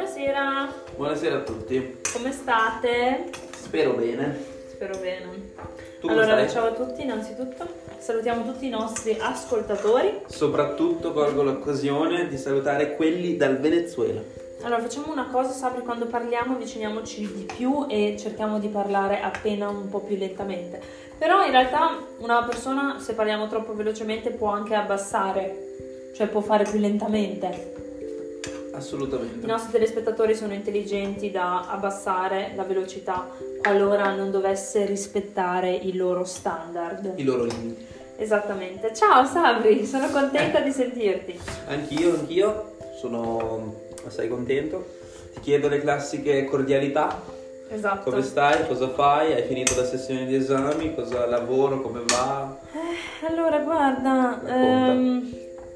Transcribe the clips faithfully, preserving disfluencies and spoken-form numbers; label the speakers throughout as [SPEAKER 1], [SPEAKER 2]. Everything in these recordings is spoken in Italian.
[SPEAKER 1] Buonasera.
[SPEAKER 2] Buonasera a tutti.
[SPEAKER 1] Come state?
[SPEAKER 2] Spero bene.
[SPEAKER 1] Spero bene.
[SPEAKER 2] Tu come
[SPEAKER 1] allora,
[SPEAKER 2] stai?
[SPEAKER 1] ciao a tutti innanzitutto. Salutiamo tutti i nostri ascoltatori.
[SPEAKER 2] Soprattutto colgo l'occasione di salutare quelli dal Venezuela.
[SPEAKER 1] Allora, facciamo una cosa, Sabri, quando parliamo avviciniamoci di più e cerchiamo di parlare appena un po' più lentamente. Però in realtà una persona, se parliamo troppo velocemente, può anche abbassare, cioè può fare più lentamente.
[SPEAKER 2] Assolutamente.
[SPEAKER 1] I nostri telespettatori sono intelligenti da abbassare la velocità qualora non dovesse rispettare i loro standard.
[SPEAKER 2] I loro limiti.
[SPEAKER 1] Esattamente. Ciao Sabri, sono contenta di sentirti.
[SPEAKER 2] Anch'io, anch'io. Sono assai contento. Ti chiedo le classiche cordialità.
[SPEAKER 1] Esatto.
[SPEAKER 2] Come stai? Cosa fai? Hai finito la sessione di esami? Cosa lavoro? Come va?
[SPEAKER 1] Eh, allora, guarda... Ehm,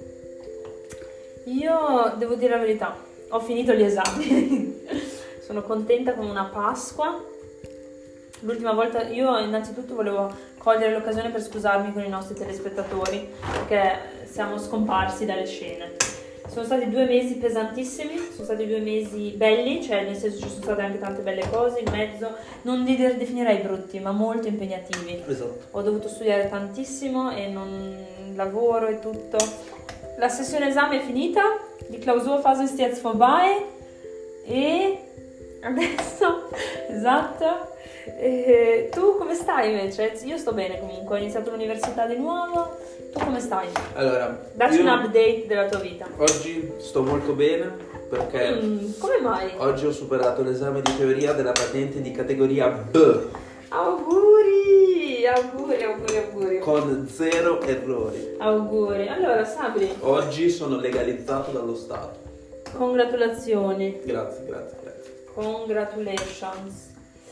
[SPEAKER 1] io devo dire la verità, ho finito gli esami. Sono contenta come una Pasqua. L'ultima volta, io innanzitutto volevo cogliere l'occasione per scusarmi con i nostri telespettatori perché siamo scomparsi dalle scene. Sono stati due mesi pesantissimi, sono stati due mesi belli, cioè nel senso ci sono state anche tante belle cose in mezzo, non li definirei brutti, ma molto impegnativi.
[SPEAKER 2] Esatto.
[SPEAKER 1] Ho dovuto studiare tantissimo e non lavoro e tutto. La sessione esame è finita, die Klausurphase ist jetzt vorbei e adesso, esatto. E tu come stai invece? Io sto bene comunque, ho iniziato l'università di nuovo. Tu come stai?
[SPEAKER 2] Allora,
[SPEAKER 1] dacci
[SPEAKER 2] io
[SPEAKER 1] un update della tua vita.
[SPEAKER 2] Oggi sto molto bene perché
[SPEAKER 1] Mm, come mai?
[SPEAKER 2] oggi ho superato l'esame di teoria della patente di categoria B
[SPEAKER 1] Auguri, auguri, auguri, auguri.
[SPEAKER 2] con zero errori.
[SPEAKER 1] Auguri. Allora, Sabri,
[SPEAKER 2] Oggi sono legalizzato dallo Stato.
[SPEAKER 1] congratulazioni.
[SPEAKER 2] Grazie, grazie, grazie.
[SPEAKER 1] Congratulations.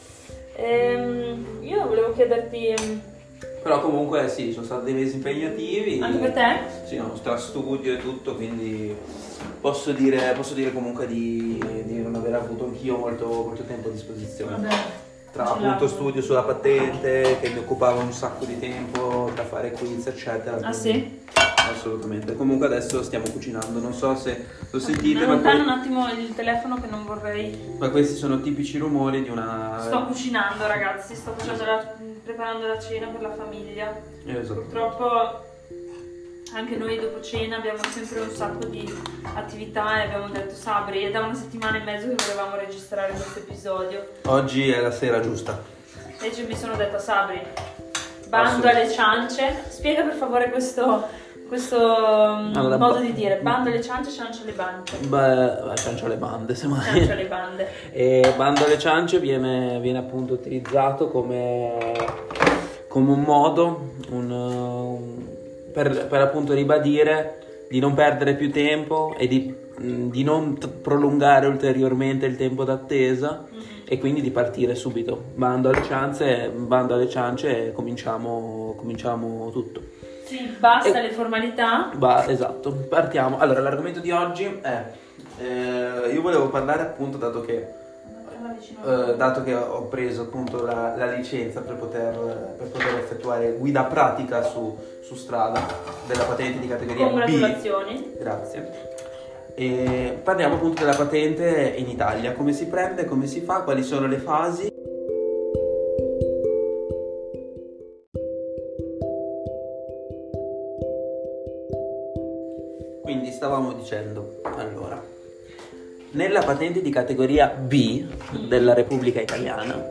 [SPEAKER 1] Ehm, io volevo chiederti, ehm,
[SPEAKER 2] Però comunque sì, sono stati dei mesi impegnativi.
[SPEAKER 1] anche per te?
[SPEAKER 2] Sì, no, tra studio e tutto, quindi posso dire, posso dire comunque di, di non aver avuto anch'io molto, molto tempo a disposizione.
[SPEAKER 1] Vabbè.
[SPEAKER 2] Tra
[SPEAKER 1] ce
[SPEAKER 2] appunto
[SPEAKER 1] l'ho.
[SPEAKER 2] studio sulla patente, che mi occupava un sacco di tempo, da fare quiz, eccetera.
[SPEAKER 1] Ah
[SPEAKER 2] quindi-
[SPEAKER 1] sì?
[SPEAKER 2] Assolutamente. Comunque adesso stiamo cucinando, non so se lo sentite, ma,
[SPEAKER 1] Allontano
[SPEAKER 2] que-
[SPEAKER 1] un attimo il telefono che non vorrei.
[SPEAKER 2] ma questi sono tipici rumori di una...
[SPEAKER 1] Sto cucinando, ragazzi, sto facendo la- preparando la cena per la famiglia.
[SPEAKER 2] Eh, esatto.
[SPEAKER 1] Purtroppo anche noi dopo cena abbiamo sempre un sacco di attività e abbiamo detto Sabri, è da una settimana e mezzo che volevamo registrare questo episodio.
[SPEAKER 2] Oggi è la sera giusta.
[SPEAKER 1] Invece mi sono detta Sabri, bando alle ciance. Spiega per favore questo, questo um,
[SPEAKER 2] Allora,
[SPEAKER 1] modo
[SPEAKER 2] ba-
[SPEAKER 1] di dire, bando alle ciance, ciance alle bande.
[SPEAKER 2] Beh, ciancio alle bande, semmai.
[SPEAKER 1] Ciance alle bande.
[SPEAKER 2] E bando alle ciance viene, viene appunto utilizzato come, come un modo un, um, per, per appunto ribadire di non perdere più tempo e di, mh, di non t- prolungare ulteriormente il tempo d'attesa
[SPEAKER 1] Mm-hmm.
[SPEAKER 2] e quindi di partire subito. Bando alle ciance, bando alle ciance e cominciamo, cominciamo tutto.
[SPEAKER 1] Sì, basta
[SPEAKER 2] E-
[SPEAKER 1] le formalità.
[SPEAKER 2] Va, esatto, partiamo. Allora, l'argomento di oggi è eh, io volevo parlare appunto dato che eh, dato che ho preso appunto la, la licenza per poter, per poter effettuare guida pratica su, su strada della patente di categoria B.
[SPEAKER 1] Congratulazioni.
[SPEAKER 2] Grazie. E parliamo appunto della patente in Italia, come si prende, come si fa, quali sono le fasi. Quindi stavamo dicendo, allora, nella patente di categoria B della Repubblica Italiana,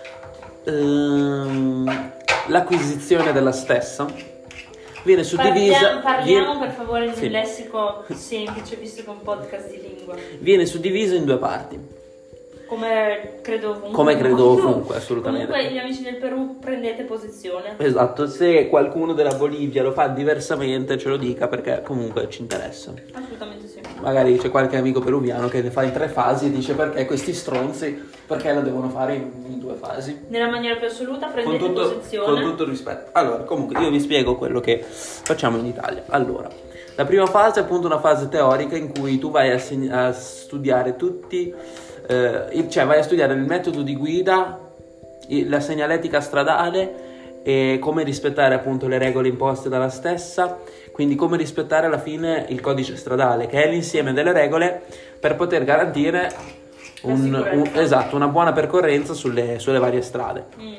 [SPEAKER 2] ehm, l'acquisizione della stessa viene suddivisa.
[SPEAKER 1] Parliamo, parliamo
[SPEAKER 2] viene-
[SPEAKER 1] per favore di
[SPEAKER 2] sì.
[SPEAKER 1] un lessico semplice, visto che è un podcast di lingua.
[SPEAKER 2] Viene suddiviso in due parti.
[SPEAKER 1] Come credo ovunque.
[SPEAKER 2] Come credo ovunque, assolutamente.
[SPEAKER 1] Comunque gli amici del Perù prendete posizione.
[SPEAKER 2] Esatto, se qualcuno della Bolivia lo fa diversamente ce lo dica perché comunque ci interessa.
[SPEAKER 1] Assolutamente sì.
[SPEAKER 2] Magari c'è qualche amico peruviano che ne fa in tre fasi e dice perché questi stronzi, perché lo devono fare in, in due fasi.
[SPEAKER 1] Nella maniera più assoluta
[SPEAKER 2] Con
[SPEAKER 1] prendete
[SPEAKER 2] tutto,
[SPEAKER 1] posizione.
[SPEAKER 2] con tutto il rispetto. Allora, comunque io vi spiego quello che facciamo in Italia. Allora, la prima fase è appunto una fase teorica in cui tu vai a, segn- a studiare tutti, eh, il- cioè vai a studiare il metodo di guida, i- la segnaletica stradale e come rispettare appunto le regole imposte dalla stessa, quindi come rispettare alla fine il codice stradale, che è l'insieme delle regole per poter garantire un, un, esatto, una buona percorrenza sulle, sulle varie strade. Mm.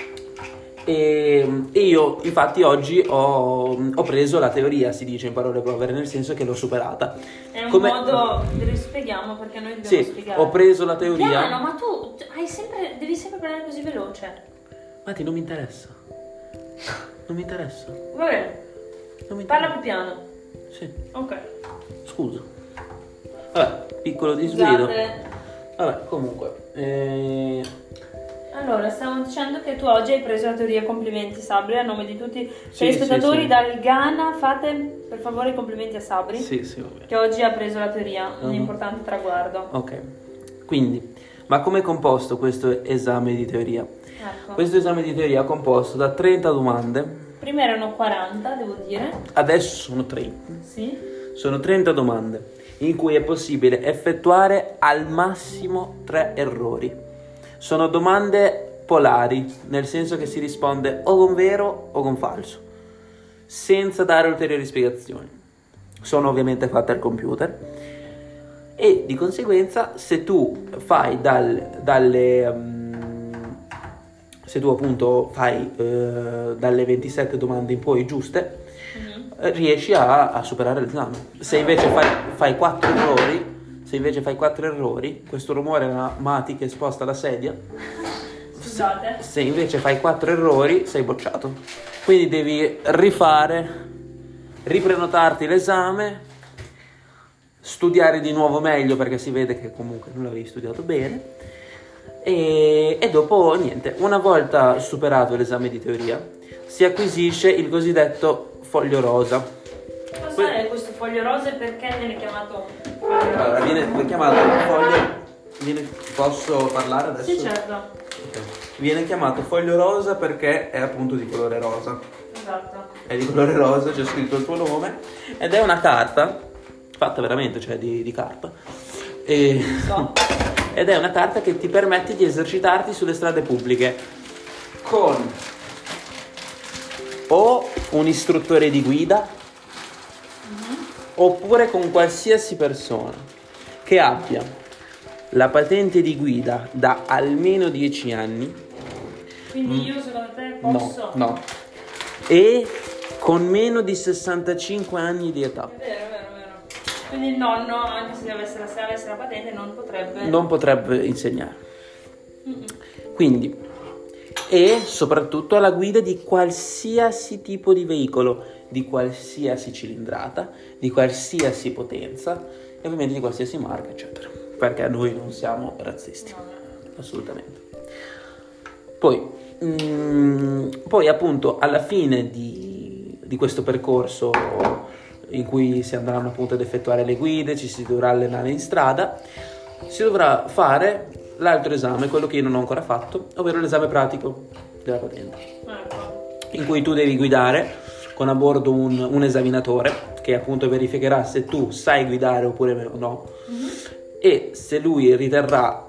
[SPEAKER 2] E, e io infatti oggi ho, ho preso la teoria, si dice in parole povere, nel senso che l'ho superata.
[SPEAKER 1] È un
[SPEAKER 2] Come...
[SPEAKER 1] modo, rispieghiamo perché noi dobbiamo
[SPEAKER 2] sì,
[SPEAKER 1] spiegare.
[SPEAKER 2] Ho preso la teoria.
[SPEAKER 1] Piano, ma tu hai sempre, devi sempre parlare così veloce.
[SPEAKER 2] Matti, non mi interessa. Non mi interessa.
[SPEAKER 1] Va bene.
[SPEAKER 2] Non mi
[SPEAKER 1] Parla più piano.
[SPEAKER 2] Sì.
[SPEAKER 1] Ok.
[SPEAKER 2] Scusa. Vabbè, piccolo disguido.
[SPEAKER 1] Scusate.
[SPEAKER 2] Vabbè, comunque. Eh...
[SPEAKER 1] Allora, stiamo dicendo che tu oggi hai preso la teoria. Complimenti Sabri, a nome di tutti i
[SPEAKER 2] sì,
[SPEAKER 1] spettatori
[SPEAKER 2] sì, sì.
[SPEAKER 1] dal Ghana. Fate per favore i complimenti a Sabri.
[SPEAKER 2] Sì, sì, vabbè.
[SPEAKER 1] Che oggi ha preso la teoria, un
[SPEAKER 2] uh-huh.
[SPEAKER 1] importante traguardo.
[SPEAKER 2] Ok. Quindi, ma come è composto questo esame di teoria?
[SPEAKER 1] Ecco.
[SPEAKER 2] Questo esame di teoria è composto da trenta domande.
[SPEAKER 1] Prima erano quaranta, devo dire.
[SPEAKER 2] Adesso sono trenta.
[SPEAKER 1] Sì.
[SPEAKER 2] Sono trenta domande in cui è possibile effettuare al massimo tre errori. Sono domande polari, nel senso che si risponde o con vero o con falso, senza dare ulteriori spiegazioni. Sono ovviamente fatte al computer e di conseguenza se tu fai dal, dalle um, se tu appunto fai uh, dalle ventisette domande in poi giuste, mm-hmm. riesci a, a superare l'esame. Se invece fai, fai quattro errori Se invece fai quattro errori, questo rumore è una Mati che sposta la sedia.
[SPEAKER 1] Scusate.
[SPEAKER 2] Se invece fai quattro errori, sei bocciato. Quindi devi rifare, riprenotarti l'esame, studiare di nuovo meglio perché si vede che comunque non l'avevi studiato bene. E, e dopo niente, una volta superato l'esame di teoria, si acquisisce il cosiddetto foglio rosa.
[SPEAKER 1] Cos'è questo foglio rosa e perché viene chiamato foglio rosa?
[SPEAKER 2] Allora, viene chiamato foglio... Viene, posso parlare adesso?
[SPEAKER 1] Sì, certo.
[SPEAKER 2] Okay. Viene chiamato foglio rosa perché è appunto di colore rosa.
[SPEAKER 1] Esatto.
[SPEAKER 2] È di colore rosa, c'è scritto il tuo nome. Ed è una carta, fatta veramente, cioè di, di carta. E...
[SPEAKER 1] So.
[SPEAKER 2] Ed è una carta che ti permette di esercitarti sulle strade pubbliche con o un istruttore di guida, oppure con qualsiasi persona che abbia la patente di guida da almeno dieci anni.
[SPEAKER 1] Quindi io secondo te posso?
[SPEAKER 2] No, no. E con meno di sessantacinque anni di età.
[SPEAKER 1] È vero, è vero, è vero. Quindi il nonno, anche se avesse la, se avesse la patente, non potrebbe...
[SPEAKER 2] Non potrebbe insegnare.
[SPEAKER 1] Mm-mm.
[SPEAKER 2] Quindi, e soprattutto alla guida di qualsiasi tipo di veicolo, di qualsiasi cilindrata, di qualsiasi potenza e ovviamente di qualsiasi marca, eccetera, perché noi non siamo razzisti,
[SPEAKER 1] No.
[SPEAKER 2] assolutamente. Poi, mm, poi appunto alla fine di, di questo percorso in cui si andranno appunto ad effettuare le guide, ci si dovrà allenare in strada, si dovrà fare l'altro esame, quello che io non ho ancora fatto, ovvero l'esame pratico della patente,
[SPEAKER 1] Ecco.
[SPEAKER 2] in cui tu devi guidare con a bordo un, un esaminatore che appunto verificherà se tu sai guidare oppure no, mm-hmm. e se lui riterrà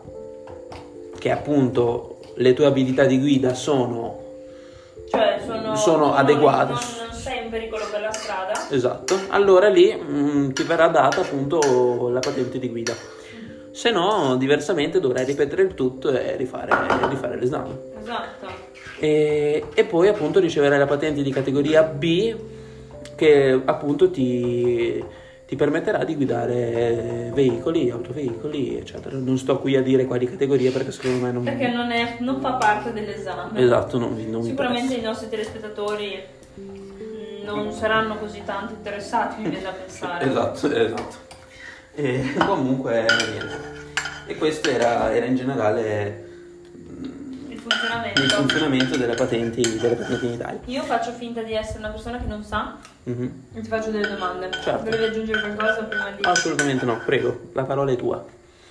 [SPEAKER 2] che appunto le tue abilità di guida sono,
[SPEAKER 1] cioè sono,
[SPEAKER 2] sono adeguate,
[SPEAKER 1] non, non sei in pericolo per la strada,
[SPEAKER 2] esatto, allora lì mh, ti verrà data appunto la patente di guida. Se no, diversamente dovrai ripetere il tutto e rifare, rifare l'esame.
[SPEAKER 1] Esatto.
[SPEAKER 2] E, e poi appunto riceverai la patente di categoria B che appunto ti, ti permetterà di guidare veicoli, autoveicoli, eccetera. Non sto qui a dire quali categorie perché secondo me non...
[SPEAKER 1] Perché non, è, non fa parte dell'esame.
[SPEAKER 2] Esatto, non, non
[SPEAKER 1] Sicuramente
[SPEAKER 2] mi
[SPEAKER 1] i nostri telespettatori non saranno così tanto interessati, mi viene da pensare.
[SPEAKER 2] Esatto, esatto. E comunque niente. E questo era, era in generale
[SPEAKER 1] il funzionamento.
[SPEAKER 2] il funzionamento delle patenti, delle patenti in Italia.
[SPEAKER 1] Io faccio finta di essere una persona che non sa
[SPEAKER 2] Mm-hmm.
[SPEAKER 1] e ti faccio delle domande.
[SPEAKER 2] Certo.
[SPEAKER 1] Volevi aggiungere qualcosa prima di...
[SPEAKER 2] Assolutamente no, prego, la parola è tua.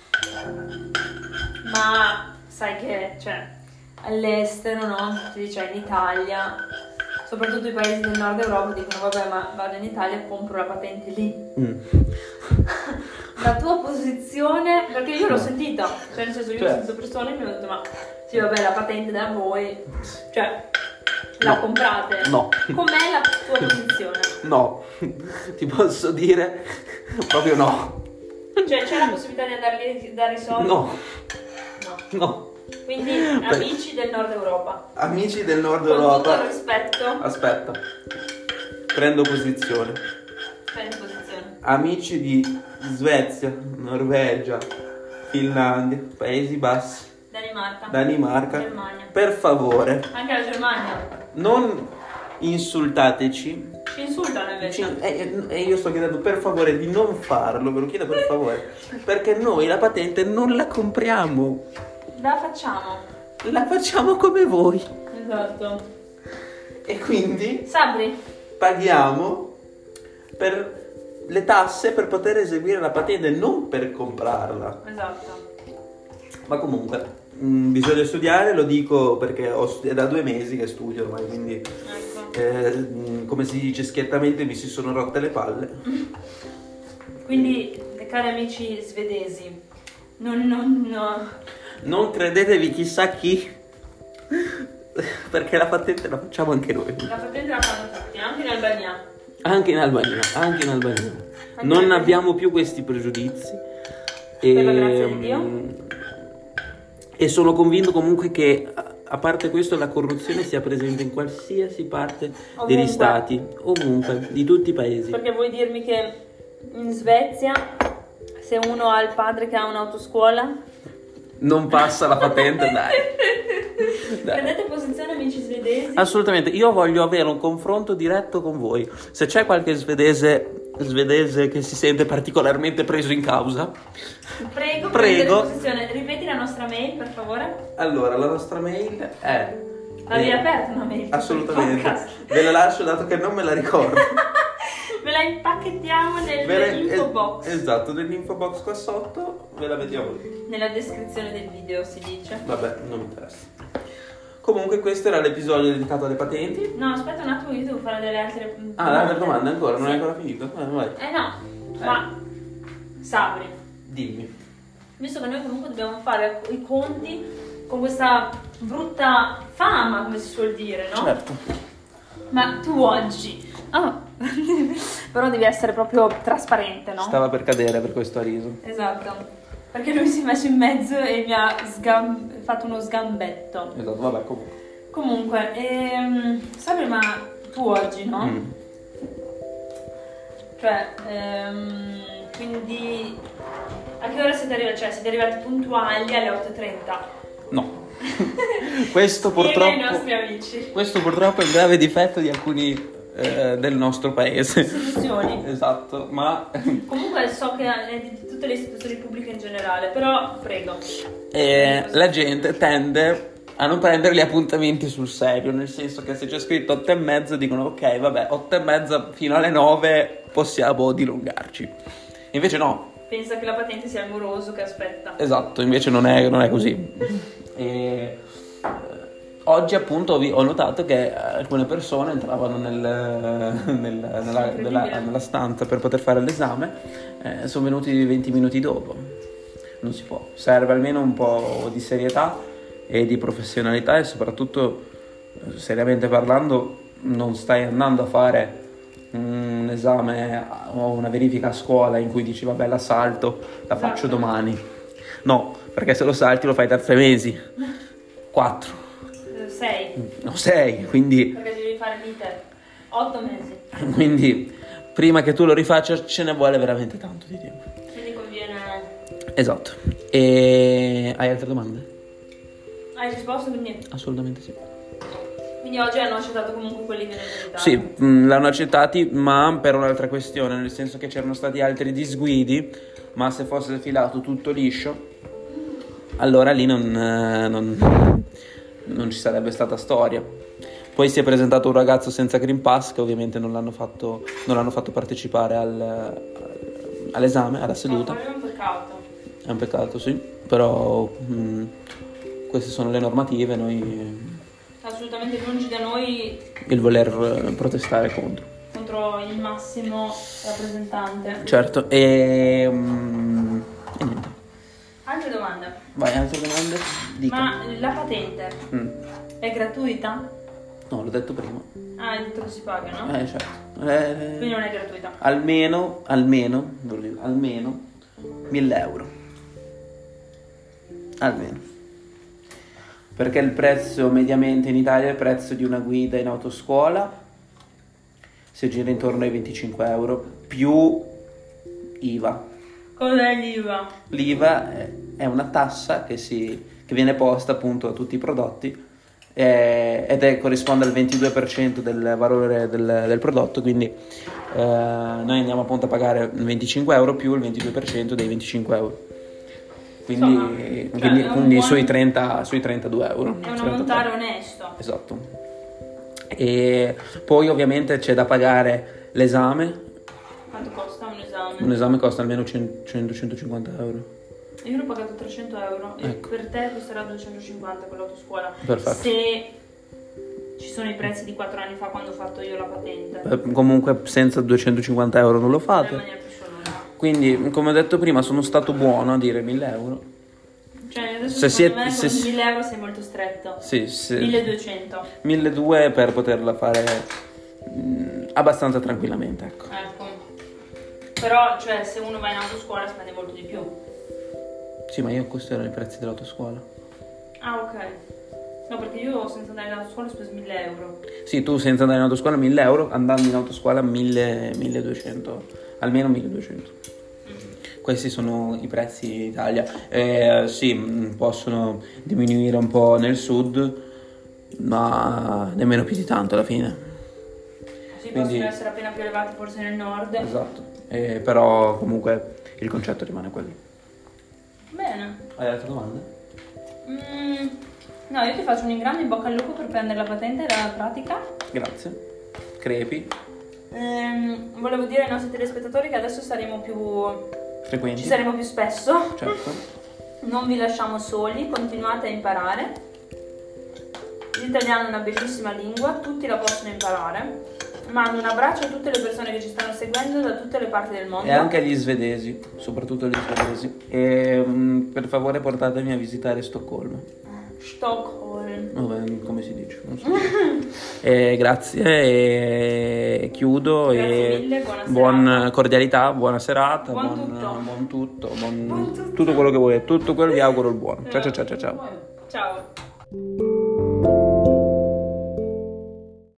[SPEAKER 1] Ma sai che, cioè, all'estero, no? Ti dice in Italia, soprattutto i paesi del nord Europa dicono vabbè, ma vado in Italia e compro la patente lì.
[SPEAKER 2] Mm.
[SPEAKER 1] La tua posizione, perché io l'ho sentita, cioè nel senso io
[SPEAKER 2] Certo.
[SPEAKER 1] ho sentito persone che mi hanno detto ma sì vabbè la patente da voi, cioè La
[SPEAKER 2] No.
[SPEAKER 1] comprate?
[SPEAKER 2] No.
[SPEAKER 1] Com'è la tua posizione?
[SPEAKER 2] No, ti posso dire proprio no.
[SPEAKER 1] Cioè c'è la possibilità di andargli a dare i soldi?
[SPEAKER 2] No,
[SPEAKER 1] No.
[SPEAKER 2] no.
[SPEAKER 1] Quindi amici del Nord Europa.
[SPEAKER 2] Amici del Nord
[SPEAKER 1] Con tutto il
[SPEAKER 2] Europa.
[SPEAKER 1] rispetto.
[SPEAKER 2] Aspetta, prendo posizione.
[SPEAKER 1] Prendi posizione.
[SPEAKER 2] Amici di Svezia, Norvegia, Finlandia, Paesi Bassi,
[SPEAKER 1] Danimarca.
[SPEAKER 2] Danimarca,
[SPEAKER 1] Germania.
[SPEAKER 2] per favore,
[SPEAKER 1] Anche la Germania.
[SPEAKER 2] non insultateci.
[SPEAKER 1] Ci insultano invece.
[SPEAKER 2] Ci- E e io sto chiedendo per favore di non farlo, ve lo chiedo per favore, perché noi la patente non la compriamo,
[SPEAKER 1] La facciamo.
[SPEAKER 2] la facciamo come voi
[SPEAKER 1] Esatto.
[SPEAKER 2] e quindi
[SPEAKER 1] Sabri?
[SPEAKER 2] paghiamo per le tasse per poter eseguire la patente, non per comprarla.
[SPEAKER 1] Esatto.
[SPEAKER 2] Ma comunque, mh, bisogna studiare, lo dico perché ho studi- è da due mesi che studio ormai, quindi
[SPEAKER 1] Ecco.
[SPEAKER 2] eh, mh, come si dice schiettamente mi si sono rotte le palle.
[SPEAKER 1] Quindi, cari amici svedesi, non, non, no.
[SPEAKER 2] Non credetevi chissà chi, perché la patente la facciamo anche noi.
[SPEAKER 1] La patente la fanno tutti, anche in Albania.
[SPEAKER 2] Anche in Albania, anche in Albania.
[SPEAKER 1] Anche
[SPEAKER 2] Non
[SPEAKER 1] in-
[SPEAKER 2] abbiamo più questi pregiudizi.
[SPEAKER 1] Per la grazia di Dio.
[SPEAKER 2] mh, E sono convinto comunque che, a- a parte questo, la corruzione sia presente in qualsiasi parte
[SPEAKER 1] Ovunque.
[SPEAKER 2] degli stati, ovunque, di tutti i paesi.
[SPEAKER 1] Perché vuoi dirmi che in Svezia, se uno ha il padre che ha un'autoscuola,
[SPEAKER 2] Non passa la patente, dai. Dai.
[SPEAKER 1] prendete posizione amici svedesi.
[SPEAKER 2] Assolutamente, io voglio avere un confronto diretto con voi. Se c'è qualche svedese, svedese che si sente particolarmente preso in causa,
[SPEAKER 1] Prego,
[SPEAKER 2] Prego.
[SPEAKER 1] prendete posizione. Ripeti la nostra mail, per favore.
[SPEAKER 2] allora la nostra mail è...
[SPEAKER 1] Avevi
[SPEAKER 2] eh,
[SPEAKER 1] aperto una mail?
[SPEAKER 2] Assolutamente.
[SPEAKER 1] Podcast.
[SPEAKER 2] Ve la lascio dato che non me la ricordo.
[SPEAKER 1] Ve la impacchettiamo
[SPEAKER 2] Ve la-
[SPEAKER 1] nell'info
[SPEAKER 2] es-
[SPEAKER 1] box.
[SPEAKER 2] Esatto, nell'info box qua sotto ve la vediamo lì.
[SPEAKER 1] Nella descrizione del video si dice.
[SPEAKER 2] Vabbè, non mi interessa. Comunque questo era l'episodio dedicato alle patenti.
[SPEAKER 1] No, aspetta un attimo, io devo fare delle altre
[SPEAKER 2] Ah, l'altra domanda ancora, non
[SPEAKER 1] Sì.
[SPEAKER 2] è ancora finito? Eh, vai.
[SPEAKER 1] Eh no, ma Sabri,
[SPEAKER 2] Dimmi.
[SPEAKER 1] visto che noi comunque dobbiamo fare i conti con questa brutta fama, come si suol dire, no?
[SPEAKER 2] Certo.
[SPEAKER 1] Ma tu oggi... Ah, però devi essere proprio trasparente, no?
[SPEAKER 2] Stava per cadere, per questo ha riso.
[SPEAKER 1] Esatto. Perché lui si è messo in mezzo e mi ha sgam- fatto uno sgambetto.
[SPEAKER 2] Esatto, vabbè, comunque.
[SPEAKER 1] Comunque, ehm, Sabri, ma tu oggi, no?
[SPEAKER 2] Mm.
[SPEAKER 1] Cioè, ehm, quindi a che ora siete arrivati? Cioè, siete arrivati puntuali alle otto e trenta?
[SPEAKER 2] No. Questo
[SPEAKER 1] Spiega
[SPEAKER 2] purtroppo...
[SPEAKER 1] ai nostri amici.
[SPEAKER 2] Questo purtroppo è un grave difetto di alcuni eh, del nostro paese.
[SPEAKER 1] Istituzioni.
[SPEAKER 2] Esatto, ma
[SPEAKER 1] Comunque so che è di tutte le istituzioni pubbliche in generale, però prego.
[SPEAKER 2] eh, la gente tende a non prendere gli appuntamenti sul serio, nel senso che se c'è scritto otto e mezza dicono ok, vabbè, otto e mezza fino alle nove possiamo dilungarci. Invece no,
[SPEAKER 1] Pensa che la patente sia il moroso che aspetta.
[SPEAKER 2] esatto, invece non è, non è così. E, eh, oggi appunto ho vi- ho notato che alcune persone entravano nel, nel- nella, nella- nella stanza per poter fare l'esame, eh, sono venuti venti minuti dopo. Non si può, serve almeno un po' di serietà e di professionalità e soprattutto, eh, seriamente parlando, non stai andando a fare un esame o una verifica a scuola in cui dici vabbè la salto, la faccio
[SPEAKER 1] Esatto.
[SPEAKER 2] domani. No, perché se lo salti lo fai tra tre mesi, quattro,
[SPEAKER 1] Eh, Sei,
[SPEAKER 2] no sei, quindi,
[SPEAKER 1] perché devi fare l'iter. Otto mesi.
[SPEAKER 2] quindi prima che tu lo rifaccia ce ne vuole veramente tanto di tempo.
[SPEAKER 1] Quindi conviene...
[SPEAKER 2] Esatto. E hai altre domande?
[SPEAKER 1] Hai risposto, quindi...
[SPEAKER 2] Assolutamente sì.
[SPEAKER 1] Quindi oggi hanno accettato comunque quelli che ne meritavano.
[SPEAKER 2] Sì, mh, l'hanno accettati, ma per un'altra questione, nel senso che c'erano stati altri disguidi, ma se fosse filato tutto liscio, allora lì non, eh, non, non ci sarebbe stata storia. Poi si è presentato un ragazzo senza Green Pass che ovviamente non l'hanno fatto, non l'hanno fatto partecipare al, al- all'esame, alla seduta.
[SPEAKER 1] No, quello è un peccato.
[SPEAKER 2] È un peccato, sì, però mh, queste sono le normative, noi
[SPEAKER 1] Assolutamente lungi da noi
[SPEAKER 2] il voler eh, protestare contro.
[SPEAKER 1] contro il massimo rappresentante.
[SPEAKER 2] Certo, e, mm, e niente.
[SPEAKER 1] Altre domande.
[SPEAKER 2] Vai, altre domande? Dica.
[SPEAKER 1] Ma la patente
[SPEAKER 2] Mm.
[SPEAKER 1] è gratuita?
[SPEAKER 2] No, l'ho detto prima.
[SPEAKER 1] Ah, hai detto che si paga, no?
[SPEAKER 2] Eh, certo. Eh,
[SPEAKER 1] Quindi non è gratuita.
[SPEAKER 2] Almeno, almeno, voglio dire, almeno mille euro. Almeno. Perché il prezzo mediamente in Italia è il prezzo di una guida in autoscuola, si gira intorno ai venticinque euro, più I V A.
[SPEAKER 1] Cos'è l'I V A?
[SPEAKER 2] L'I V A è, è una tassa che, si, che viene posta appunto a tutti i prodotti eh, ed è, corrisponde al ventidue per cento del valore del, del prodotto, quindi eh, noi andiamo appunto a pagare venticinque euro più il ventidue per cento dei venticinque euro. Quindi,
[SPEAKER 1] Insomma,
[SPEAKER 2] quindi,
[SPEAKER 1] cioè,
[SPEAKER 2] quindi
[SPEAKER 1] buon...
[SPEAKER 2] sui, trenta, sui trentadue euro.
[SPEAKER 1] È un ammontare onesto.
[SPEAKER 2] Esatto. E poi ovviamente c'è da pagare l'esame.
[SPEAKER 1] Quanto costa un esame?
[SPEAKER 2] Un esame costa almeno cento centocinquanta euro.
[SPEAKER 1] Io l'ho pagato trecento euro
[SPEAKER 2] Ecco.
[SPEAKER 1] e per te costerà duecentocinquanta con l'autoscuola.
[SPEAKER 2] Perfetto.
[SPEAKER 1] Se ci sono i prezzi di quattro anni fa quando ho fatto io la patente.
[SPEAKER 2] Eh, comunque senza duecentocinquanta euro non lo
[SPEAKER 1] In
[SPEAKER 2] fate.
[SPEAKER 1] maniera più assoluta.
[SPEAKER 2] Quindi, come ho detto prima, sono stato buono a dire mille euro.
[SPEAKER 1] Cioè adesso
[SPEAKER 2] Se
[SPEAKER 1] secondo
[SPEAKER 2] siete-
[SPEAKER 1] me
[SPEAKER 2] se
[SPEAKER 1] con
[SPEAKER 2] si-
[SPEAKER 1] mille euro sei molto stretto.
[SPEAKER 2] Sì, sì.
[SPEAKER 1] milleduecento.
[SPEAKER 2] milleduecento per poterla fare mh, abbastanza tranquillamente, ecco.
[SPEAKER 1] Ecco. Però, cioè, se uno va in autoscuola spende molto di più.
[SPEAKER 2] Sì, ma io questo erano i prezzi dell'autoscuola.
[SPEAKER 1] Ah, ok. No, perché io senza andare in autoscuola ho speso mille euro.
[SPEAKER 2] Sì, tu senza andare in autoscuola mille euro, andando in autoscuola mille, milleduecento, almeno milleduecento. Questi sono i prezzi in Italia. Eh, sì, mh, possono diminuire un po' nel sud, ma nemmeno più di tanto alla fine.
[SPEAKER 1] Sì,
[SPEAKER 2] Quindi-
[SPEAKER 1] possono essere appena più elevati forse nel nord.
[SPEAKER 2] Esatto. Eh, però comunque il concetto rimane quello.
[SPEAKER 1] Bene.
[SPEAKER 2] Hai altre domande?
[SPEAKER 1] Mm, no, io ti faccio un in grande in bocca al lupo per prendere la patente e la pratica.
[SPEAKER 2] Grazie. Crepi,
[SPEAKER 1] Ehm, volevo dire ai nostri telespettatori che adesso saremo più...
[SPEAKER 2] frequenti.
[SPEAKER 1] ci saremo più spesso.
[SPEAKER 2] Certo.
[SPEAKER 1] Non vi lasciamo soli, continuate a imparare. L'italiano è una bellissima lingua, tutti la possono imparare. Mando un abbraccio a tutte le persone che ci stanno seguendo da tutte le parti del mondo.
[SPEAKER 2] E anche agli svedesi, soprattutto agli svedesi. E mh, per favore portatemi a visitare Stoccolma.
[SPEAKER 1] Stockholm.
[SPEAKER 2] Vabbè, come si dice? Non so. E grazie e chiudo.
[SPEAKER 1] Grazie
[SPEAKER 2] e
[SPEAKER 1] mille, buona
[SPEAKER 2] buon
[SPEAKER 1] serata.
[SPEAKER 2] cordialità, buona serata,
[SPEAKER 1] Buon
[SPEAKER 2] buon,
[SPEAKER 1] tutto.
[SPEAKER 2] buon tutto, buon-
[SPEAKER 1] Buon tutto.
[SPEAKER 2] tutto quello che vuoi, tutto quello vi auguro il buono. Ciao ciao ciao ciao ciao.
[SPEAKER 1] Ciao.